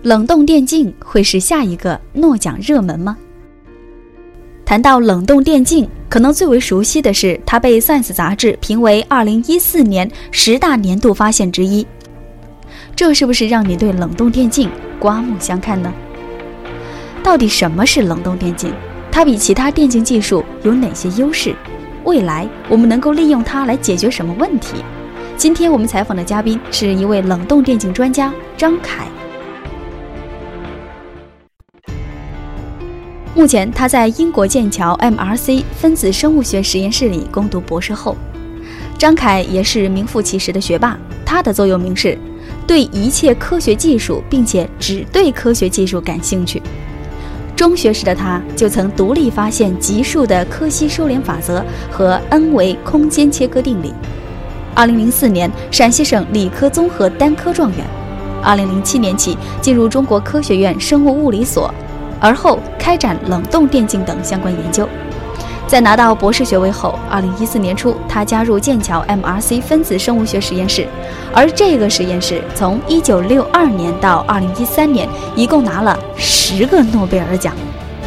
冷冻电镜会是下一个诺奖热门吗？谈到冷冻电镜，可能最为熟悉的是它被 Science 杂志评为2014年10大年度发现之一。这是不是让你对冷冻电镜刮目相看呢？到底什么是冷冻电镜？它比其他电竞技术有哪些优势？未来我们能够利用它来解决什么问题？今天我们采访的嘉宾是一位冷冻电镜专家张凯。目前他在英国剑桥 MRC 分子生物学实验室里攻读博士后。张凯也是名副其实的学霸，他的座右铭是对一切科学技术并且只对科学技术感兴趣。中学时的他就曾独立发现级数的柯西收敛法则和 N 维空间切割定理。2004年陕西省理科综合单科状元，2007年起进入中国科学院生物物理所，而后开展冷冻电镜等相关研究。在拿到博士学位后，2014年初他加入剑桥 MRC 分子生物学实验室，而这个实验室从1962年到2013年一共拿了10个诺贝尔奖。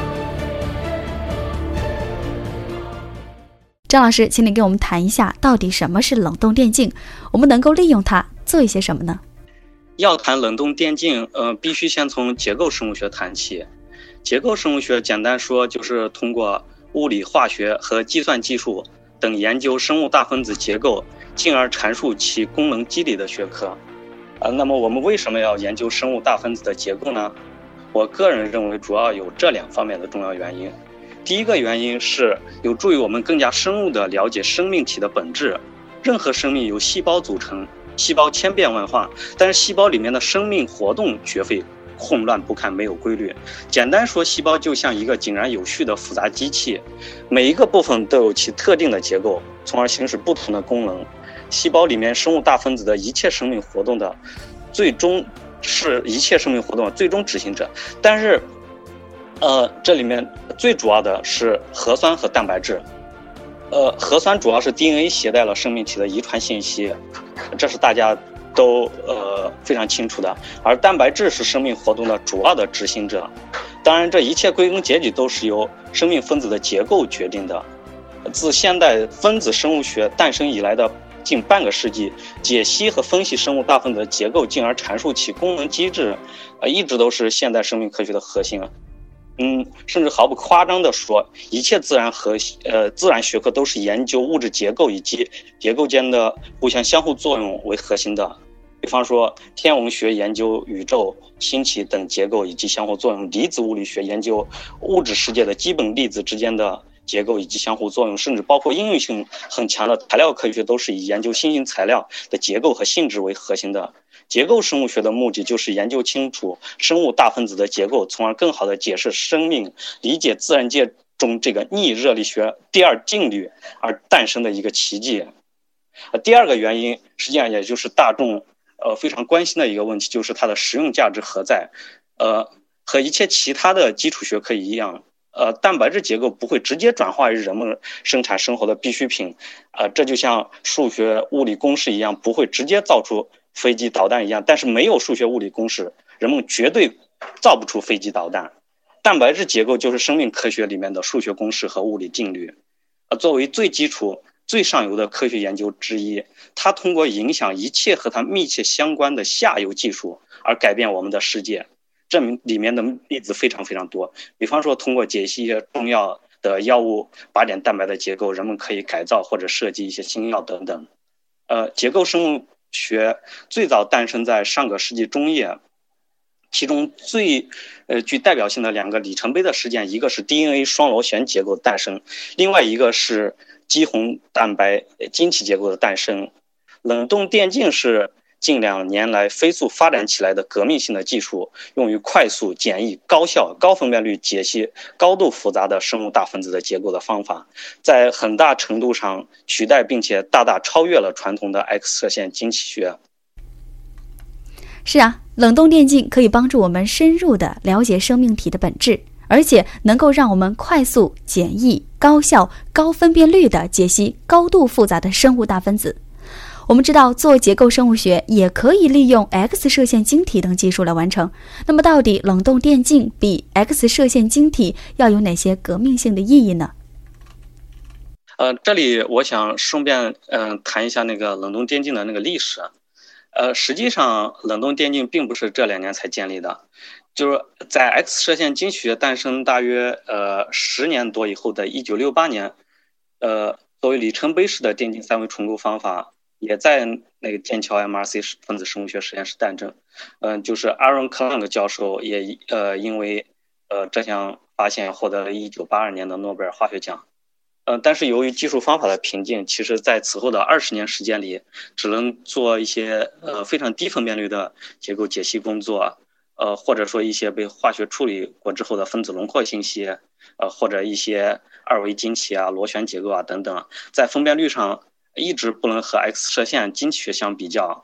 张老师，请你跟我们谈一下，到底什么是冷冻电镜？我们能够利用它做一些什么呢？ 要谈冷冻电镜，必须先从结构生物学谈起。结构生物学简单说就是通过物理、化学和计算技术等研究生物大分子结构，进而阐述其功能机理的学科。那么我们为什么要研究生物大分子的结构呢？我个人认为主要有这2方面的重要原因。第一个原因是有助于我们更加深入地了解生命体的本质。任何生命由细胞组成，细胞千变万化，但是细胞里面的生命活动绝非混乱不堪，没有规律。简单说，细胞就像一个井然有序的复杂机器，每一个部分都有其特定的结构，从而行使不同的功能。细胞里面生物大分子的一切生命活动的最终是一切生命活动的最终执行者。但是这里面最主要的是核酸和蛋白质。核酸主要是 DNA 携带了生命体的遗传信息，这是大家都非常清楚的。而蛋白质是生命活动的主要的执行者。当然，这一切归根结底都是由生命分子的结构决定的。自现代分子生物学诞生以来的近半个世纪，解析和分析生物大分子的结构，进而阐述其功能机制，一直都是现代生命科学的核心。甚至毫不夸张地说，一切自然学科都是研究物质结构以及结构间的互相相互作用为核心的。比方说，天文学研究宇宙、星体等结构以及相互作用；离子物理学研究物质世界的基本粒子之间的结构以及相互作用，甚至包括应用性很强的材料科学，都是以研究新型材料的结构和性质为核心的。结构生物学的目的就是研究清楚生物大分子的结构，从而更好地解释生命，理解自然界中这个逆热力学第二定律而诞生的一个奇迹。第二个原因，实际上也就是大众非常关心的一个问题，就是它的实用价值何在。和一切其他的基础学科一样，蛋白质结构不会直接转化于人们生产生活的必需品，这就像数学物理公式一样，不会直接造出飞机导弹一样。但是没有数学物理公式，人们绝对造不出飞机导弹。蛋白质结构就是生命科学里面的数学公式和物理定律。作为最基础最上游的科学研究之一，它通过影响一切和它密切相关的下游技术而改变我们的世界。这里面的例子非常非常多，比方说通过解析一些重要的药物靶点蛋白的结构，人们可以改造或者设计一些新药等等。结构生物学最早诞生在上个世纪中叶，其中最具代表性的2个里程碑的事件，一个是 DNA 双螺旋结构的诞生，另外一个是肌红蛋白晶体结构的诞生。冷冻电镜是近2年来飞速发展起来的革命性的技术，用于快速、简易、高效、高分辨率解析高度复杂的生物大分子的结构的方法，在很大程度上取代并且大大超越了传统的 X 射线晶体学。 是啊，冷冻电镜可以帮助我们深入地了解生命体的本质，而且能够让我们快速、简易、高效、高分辨率地解析高度复杂的生物大分子。 我们知道做结构生物学也可以利用 X 射线晶体等技术来完成，那么到底冷冻电镜比 X 射线晶体要有哪些革命性的意义呢？ 这里我想顺便谈一下那个冷冻电镜的那个历史。实际上冷冻电镜并不是这2年才建立的，就是在 X 射线晶学诞生大约10年多以后的1968年，作为里程碑式的电镜三维重构方法，也在那个剑桥 MRC 分子生物学实验室诞生。就是 Aaron Klang 教授也因为这项发现获得了1982年的诺贝尔化学奖。但是由于技术方法的瓶颈，其实在此后的20年时间里，只能做一些非常低分辨率的结构解析工作，或者说一些被化学处理过之后的分子轮廓信息，或者一些2维晶体啊、螺旋结构啊等等，在分辨率上一直不能和 X 射线晶体学相比较。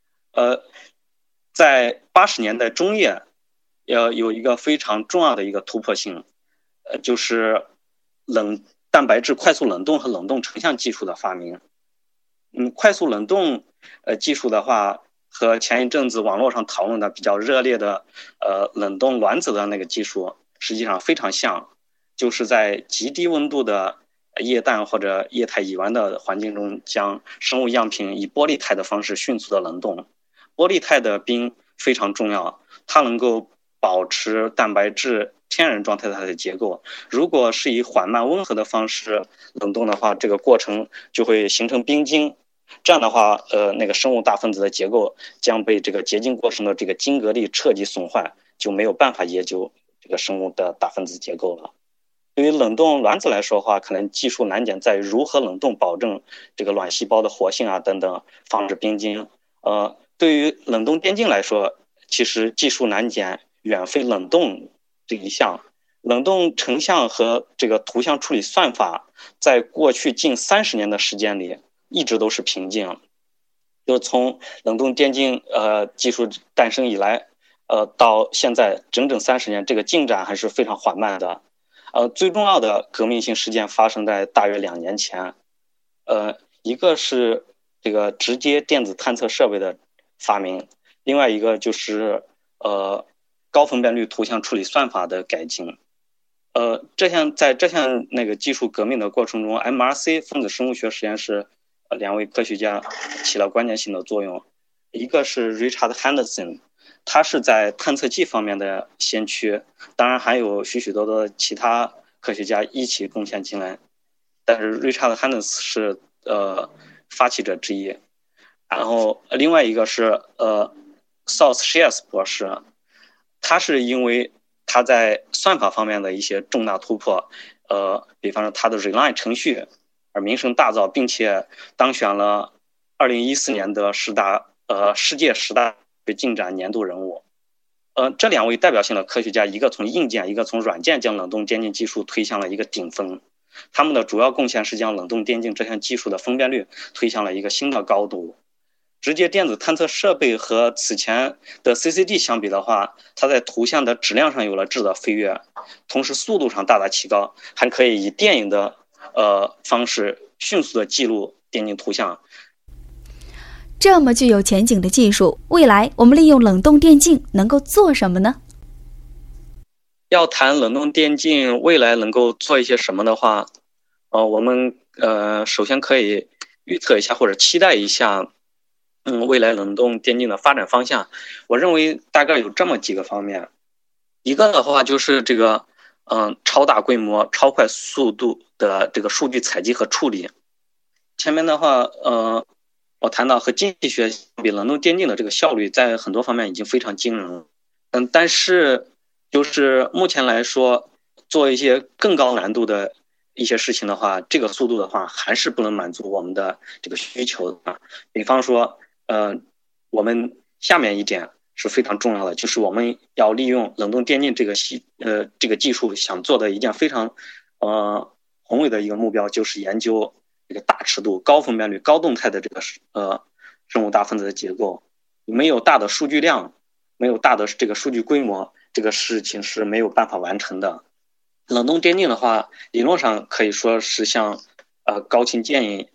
在80年代中叶，有一个非常重要的一个突破性，就是蛋白质快速冷冻和冷冻成像技术的发明。快速冷冻技术的话，和前一阵子网络上讨论的比较热烈的冷冻卵子的那个技术实际上非常像，就是在极低温度的液氮或者液态乙烷的环境中，将生物样品以玻璃态的方式迅速的冷冻。玻璃态的冰非常重要，它能够保持蛋白质天然状态的它的结构。如果是以缓慢温和的方式冷冻的话，这个过程就会形成冰晶。这样的话，那个生物大分子的结构将被这个结晶过程的这个晶格力彻底损坏，就没有办法研究这个生物的大分子结构了。对于冷冻卵子来说的话，可能技术难点在于如何冷冻，保证这个卵细胞的活性啊等等，防止冰晶。对于冷冻电镜来说，其实技术难点远非冷冻这一项。冷冻成像和这个图像处理算法在过去近30年的时间里一直都是瓶颈。就从冷冻电镜技术诞生以来，到现在整整30年，这个进展还是非常缓慢的。最重要的革命性事件发生在大约2年前。一个是这个直接电子探测设备的发明，另外一个就是高分辨率图像处理算法的改进。在这项那个技术革命的过程中， MRC 分子生物学实验室2位科学家起了关键性的作用。一个是 Richard Henderson， 他是在探测器方面的先驱，当然还有许许多多其他科学家一起贡献进来，但是 Richard Henderson 是发起者之一。然后另外一个是South Shields 博士，他是因为他在算法方面的一些重大突破，比方说他的 Reline 程序而名声大噪，并且当选了2014年的世界10大进展年度人物。这2位代表性的科学家，一个从硬件，一个从软件，将冷冻电镜技术推向了一个顶峰。他们的主要贡献是将冷冻电镜这项技术的分辨率推向了一个新的高度。直接电子探测设备和此前的 CCD 相比的话，它在图像的质量上有了质的飞跃，同时速度上大大提高，还可以以电影的方式迅速的记录电镜图像。 这么具有前景的技术，未来我们利用冷冻电镜能够做什么呢？ 要谈冷冻电镜未来能够做一些什么的话，我们首先可以预测一下或者期待一下未来冷冻电镜的发展方向。我认为大概有这么几个方面。一个的话就是这个超大规模超快速度的这个数据采集和处理。前面的话我谈到和经济学比，冷冻电镜的这个效率在很多方面已经非常惊人了。但是就是目前来说，做一些更高难度的一些事情的话，这个速度的话还是不能满足我们的这个需求的。比方说我们下面一点是非常重要的，就是我们要利用冷冻电镜这个技术，想做的一件非常宏伟的一个目标，就是研究这个大尺度、高分辨率、高动态的这个生物大分子的结构。没有大的数据量，没有大的这个数据规模，这个事情是没有办法完成的。冷冻电镜的话，理论上可以说是像高清剑影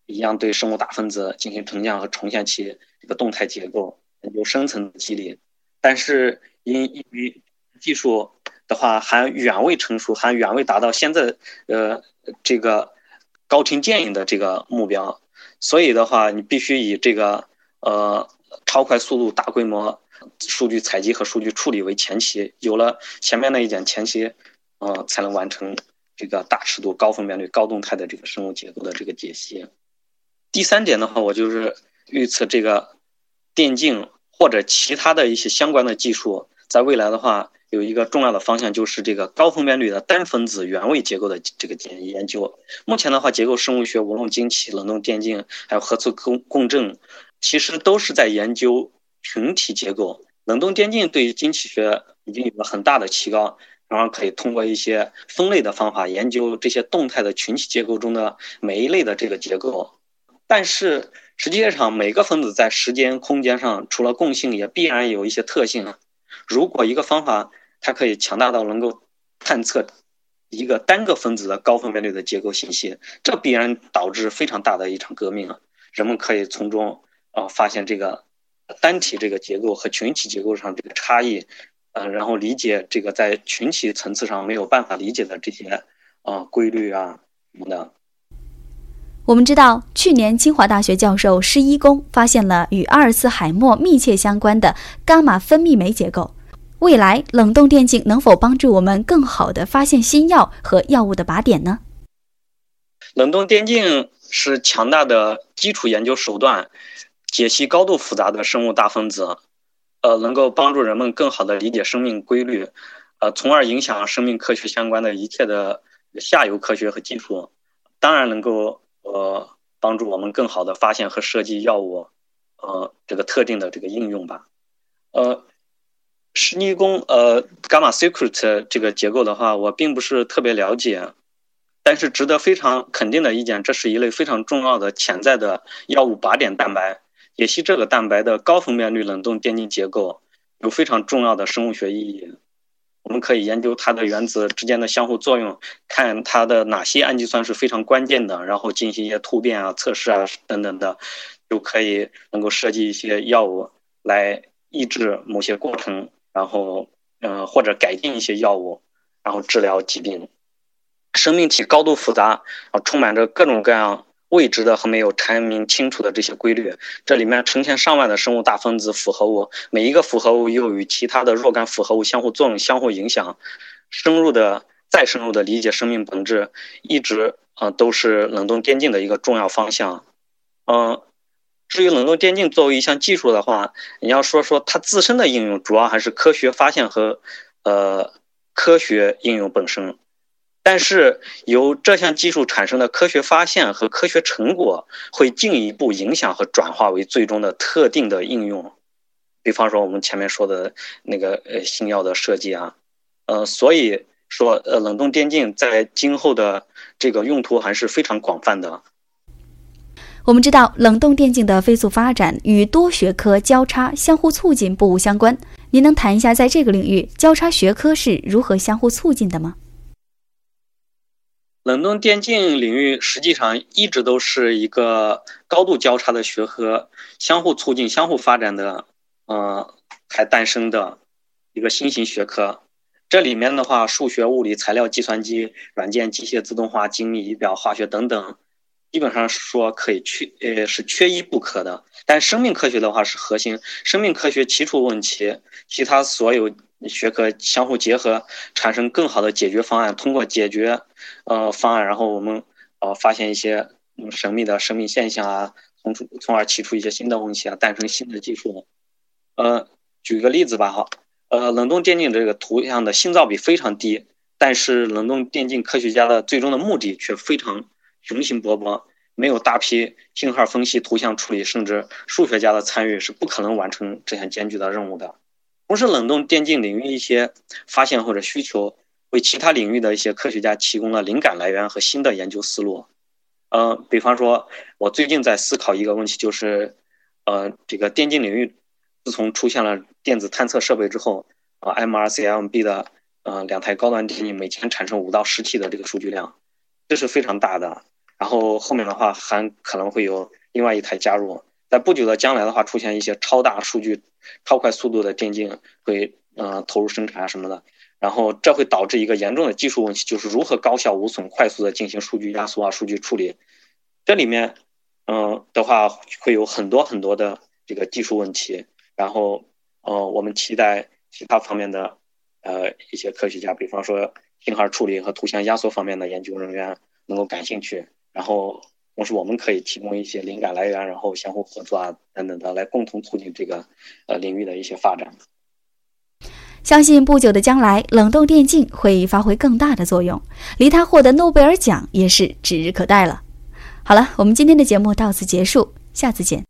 一样对生物大分子进行成像和重现其这个动态结构，研究深层机理。但是因为技术的话还远未成熟，还远未达到现在这个高清建影的这个目标，所以的话你必须以这个超快速度、大规模数据采集和数据处理为前期，有了前面那一点前期，才能完成这个大尺度、高分辨率、高动态的这个生物结构的这个解析。第三点的话，我就是预测这个电竞或者其他的一些相关的技术，在未来的话有一个重要的方向，就是这个高分辨率的单分子原位结构的这个研究。目前的话，结构生物学、无论晶体、冷冻电镜，还有核磁共振，其实都是在研究群体结构。冷冻电镜对于晶体学已经有了很大的提高，然后可以通过一些分类的方法研究这些动态的群体结构中的每一类的这个结构。但是实际上每个分子在时间空间上除了共性也必然有一些特性。如果一个方法它可以强大到能够探测一个单个分子的高分辨率的结构信息，这必然导致非常大的一场革命。人们可以从中发现这个单体这个结构和群体结构上这个差异，然后理解这个在群体层次上没有办法理解的这些规律啊什么的。 我们知道，去年清华大学教授施一公发现了与阿尔茨海默密切相关的伽马分泌酶结构。未来冷冻电镜能否帮助我们更好地发现新药和药物的靶点呢？ 冷冻电镜是强大的基础研究手段，解析高度复杂的生物大分子，能够帮助人们更好地理解生命规律，从而影响生命科学相关的一切的下游科学和技术。当然能够帮助我们更好的发现和设计药物这个特定的这个应用吧。施一公gamma secret 这个结构的话，我并不是特别了解，但是值得非常肯定的一点，这是一类非常重要的潜在的药物靶点蛋白。解析这个蛋白的高分辨率冷冻电镜结构有非常重要的生物学意义。我们可以研究它的原子之间的相互作用，看它的哪些氨基酸是非常关键的，然后进行一些突变啊、测试啊等等的，就可以能够设计一些药物来抑制某些过程，然后或者改进一些药物，然后治疗疾病。生命体高度复杂，充满着各种各样未知的和没有阐明清楚的这些规律，这里面成千上万的生物大分子复合物，每一个复合物又与其他的若干复合物相互作用、相互影响。再深入的理解生命本质，一直都是冷冻电镜的一个重要方向。至于冷冻电镜作为一项技术的话，你要说它自身的应用，主要还是科学发现和科学应用本身。但是由这项技术产生的科学发现和科学成果会进一步影响和转化为最终的特定的应用，比方说我们前面说的那个新药的设计啊，所以说冷冻电镜在今后的这个用途还是非常广泛的。 我们知道，冷冻电镜的飞速发展与多学科交叉相互促进不无相关。您能谈一下在这个领域交叉学科是如何相互促进的吗？ 冷冻电镜领域实际上一直都是一个高度交叉的学科，相互促进、相互发展的，才诞生的一个新型学科。这里面的话，数学、物理、材料、计算机、软件、机械、自动化、精密仪表、化学等等，基本上说可以是缺一不可的。但生命科学的话是核心，生命科学齐出问齐，其他所有学科相互结合，产生更好的解决方案。通过解决方案，然后我们发现一些神秘的生命现象啊，从而提出一些新的问题啊，诞生新的技术。举个例子吧，冷冻电镜这个图像的信噪比非常低，但是冷冻电镜科学家的最终的目的却非常雄心勃勃，没有大批信号分析、图像处理，甚至数学家的参与是不可能完成这项艰巨的任务的。同时，冷冻电镜领域一些发现或者需求，为其他领域的一些科学家提供了灵感来源和新的研究思路。比方说，我最近在思考一个问题，就是这个电镜领域自从出现了电子探测设备之后，MRC、LMB 的2台高端电镜每天产生5到10T 的这个数据量，这是非常大的。 然后后面的话还可能会有另外一台加入，在不久的将来的话出现一些超大数据、超快速度的电竞会投入生产什么的，然后这会导致一个严重的技术问题，就是如何高效无损、快速的进行数据压缩数据处理。这里面的话会有很多很多的这个技术问题，然后我们期待其他方面的一些科学家，比方说信号处理和图像压缩方面的研究人员能够感兴趣，然后同时我们可以提供一些灵感来源，然后相互合作等等的，来共同促进这个领域的一些发展。 相信不久的将来，冷冻电竞会发挥更大的作用，离它获得诺贝尔奖也是指日可待了。好了，我们今天的节目到此结束，下次见。